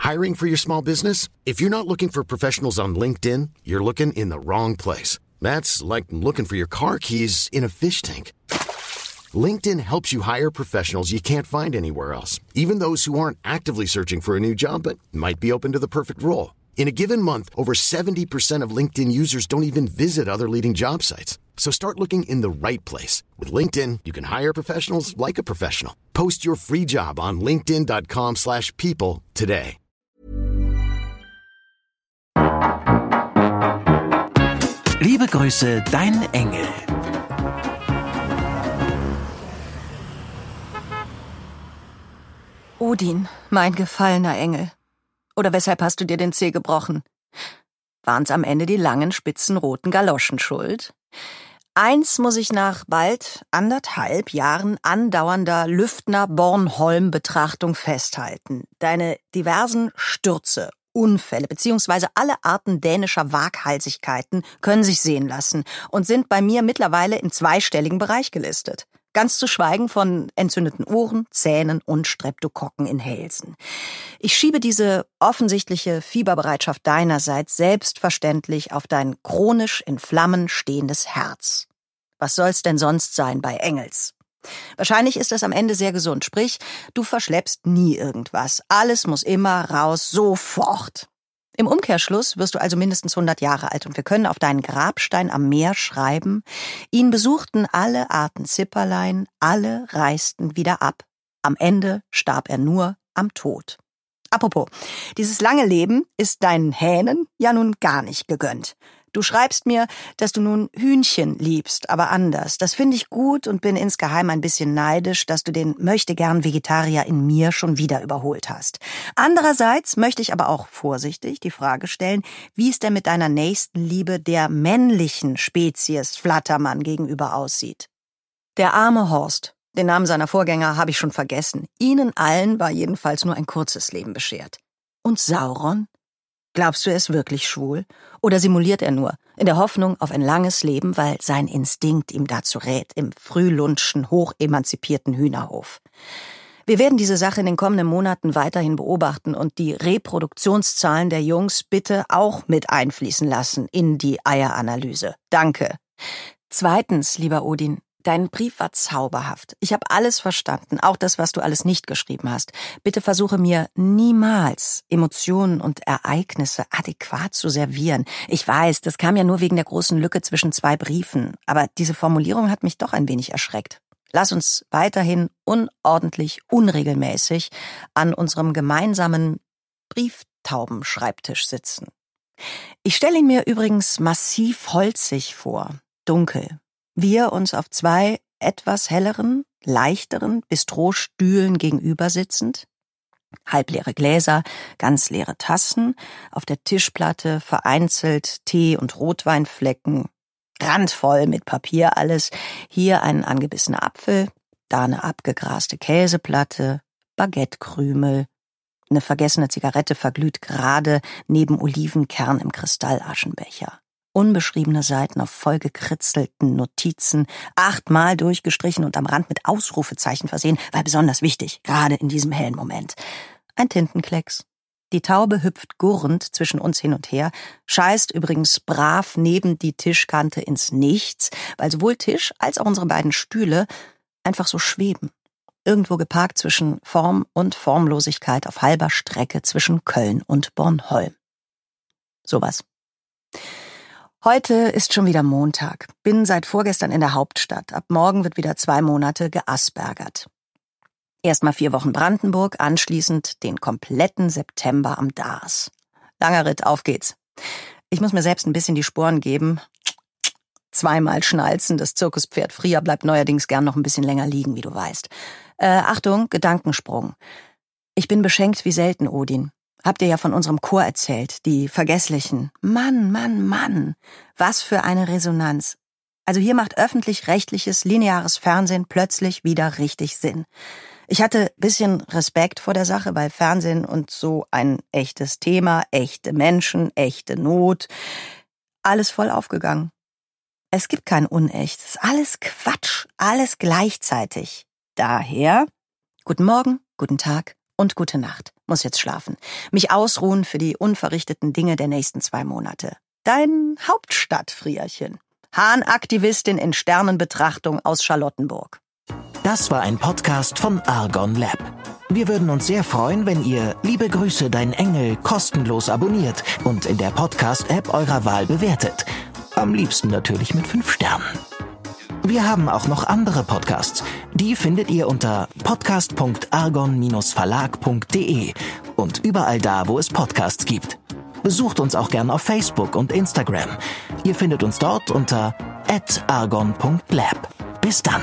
Hiring for your small business? If you're not looking for professionals on LinkedIn, you're looking in the wrong place. That's like looking for your car keys in a fish tank. LinkedIn helps you hire professionals you can't find anywhere else, even those who aren't actively searching for a new job but might be open to the perfect role. In a given month, over 70% of LinkedIn users don't even visit other leading job sites. So start looking in the right place. With LinkedIn, you can hire professionals like a professional. Post your free job on linkedin.com/people today. Liebe Grüße, dein Engel. Odin, mein gefallener Engel. Oder weshalb hast du dir den Zeh gebrochen? Waren's am Ende die langen, spitzen, roten Galoschen schuld? Eins muss ich nach bald 1,5 Jahren andauernder Lüftner-Bornholm-Betrachtung festhalten. Deine diversen Stürze, Unfälle bzw. alle Arten dänischer Waghalsigkeiten können sich sehen lassen und sind bei mir mittlerweile im zweistelligen Bereich gelistet. Ganz zu schweigen von entzündeten Ohren, Zähnen und Streptokokken in Hälsen. Ich schiebe diese offensichtliche Fieberbereitschaft deinerseits selbstverständlich auf dein chronisch in Flammen stehendes Herz. Was soll's denn sonst sein bei Engels? Wahrscheinlich ist das am Ende sehr gesund, sprich, du verschleppst nie irgendwas. Alles muss immer raus, sofort. Im Umkehrschluss wirst du also mindestens 100 Jahre alt und wir können auf deinen Grabstein am Meer schreiben, ihn besuchten alle Arten Zipperlein, alle reisten wieder ab. Am Ende starb er nur am Tod. Apropos, dieses lange Leben ist deinen Hähnen ja nun gar nicht gegönnt. Du schreibst mir, dass du nun Hühnchen liebst, aber anders. Das finde ich gut und bin insgeheim ein bisschen neidisch, dass du den Möchtegern-Vegetarier in mir schon wieder überholt hast. Andererseits möchte ich aber auch vorsichtig die Frage stellen, wie es denn mit deiner Nächstenliebe der männlichen Spezies Flattermann gegenüber aussieht. Der arme Horst, den Namen seiner Vorgänger habe ich schon vergessen. Ihnen allen war jedenfalls nur ein kurzes Leben beschert. Und Sauron? Glaubst du, er ist wirklich schwul? Oder simuliert er nur, in der Hoffnung auf ein langes Leben, weil sein Instinkt ihm dazu rät, im frühlunschen, hochemanzipierten Hühnerhof? Wir werden diese Sache in den kommenden Monaten weiterhin beobachten und die Reproduktionszahlen der Jungs bitte auch mit einfließen lassen in die Eieranalyse. Danke. Zweitens, lieber Odin, dein Brief war zauberhaft. Ich habe alles verstanden, auch das, was du alles nicht geschrieben hast. Bitte versuche mir niemals Emotionen und Ereignisse adäquat zu servieren. Ich weiß, das kam ja nur wegen der großen Lücke zwischen 2 Briefen, aber diese Formulierung hat mich doch ein wenig erschreckt. Lass uns weiterhin unordentlich, unregelmäßig an unserem gemeinsamen Brieftaubenschreibtisch sitzen. Ich stelle ihn mir übrigens massiv holzig vor, dunkel. Wir uns auf 2 etwas helleren, leichteren Bistrostühlen gegenüber sitzend, halbleere Gläser, ganz leere Tassen, auf der Tischplatte vereinzelt Tee- und Rotweinflecken, randvoll mit Papier alles, hier ein angebissener Apfel, da eine abgegraste Käseplatte, Baguettekrümel, eine vergessene Zigarette verglüht gerade neben Olivenkern im Kristallaschenbecher. Unbeschriebene Seiten auf vollgekritzelten Notizen, 8-mal durchgestrichen und am Rand mit Ausrufezeichen versehen, weil besonders wichtig, gerade in diesem hellen Moment. Ein Tintenklecks. Die Taube hüpft gurrend zwischen uns hin und her, scheißt übrigens brav neben die Tischkante ins Nichts, weil sowohl Tisch als auch unsere beiden Stühle einfach so schweben. Irgendwo geparkt zwischen Form und Formlosigkeit auf halber Strecke zwischen Köln und Bornholm. Sowas. Heute ist schon wieder Montag. Bin seit vorgestern in der Hauptstadt. Ab morgen wird wieder 2 Monate geaspergert. Erstmal 4 Wochen Brandenburg, anschließend den kompletten September am Dars. Langer Ritt, auf geht's. Ich muss mir selbst ein bisschen die Sporen geben. 2-mal schnalzen, das Zirkuspferd Fria bleibt neuerdings gern noch ein bisschen länger liegen, wie du weißt. Achtung, Gedankensprung. Ich bin beschenkt wie selten, Odin. Habt ihr ja von unserem Chor erzählt, die Vergesslichen. Mann, Mann, Mann, was für eine Resonanz. Also hier macht öffentlich-rechtliches, lineares Fernsehen plötzlich wieder richtig Sinn. Ich hatte bisschen Respekt vor der Sache, weil Fernsehen und so ein echtes Thema, echte Menschen, echte Not, alles voll aufgegangen. Es gibt kein Unecht, es ist alles Quatsch, alles gleichzeitig. Daher, guten Morgen, guten Tag, Und gute Nacht. Muss jetzt schlafen. Mich ausruhen für die unverrichteten Dinge der nächsten 2 Monate. Dein Hauptstadtfrierchen. Hahn-Aktivistin in Sternenbetrachtung aus Charlottenburg. Das war ein Podcast von Argon Lab. Wir würden uns sehr freuen, wenn ihr Liebe Grüße, dein Engel kostenlos abonniert und in der Podcast-App eurer Wahl bewertet. Am liebsten natürlich mit 5 Sternen. Wir haben auch noch andere Podcasts. Die findet ihr unter podcast.argon-verlag.de und überall da, wo es Podcasts gibt. Besucht uns auch gern auf Facebook und Instagram. Ihr findet uns dort unter @argon.lab. Bis dann.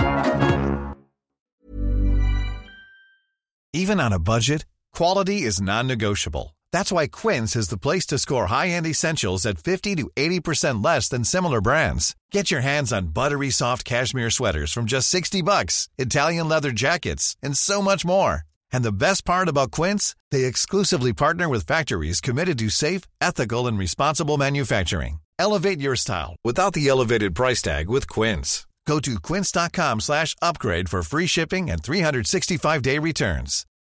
Even on a budget, quality is non-negotiable. That's why Quince is the place to score high-end essentials at 50 to 80% less than similar brands. Get your hands on buttery soft cashmere sweaters from just $60, Italian leather jackets, and so much more. And the best part about Quince, they exclusively partner with factories committed to safe, ethical, and responsible manufacturing. Elevate your style without the elevated price tag with Quince. Go to quince.com/upgrade for free shipping and 365-day returns.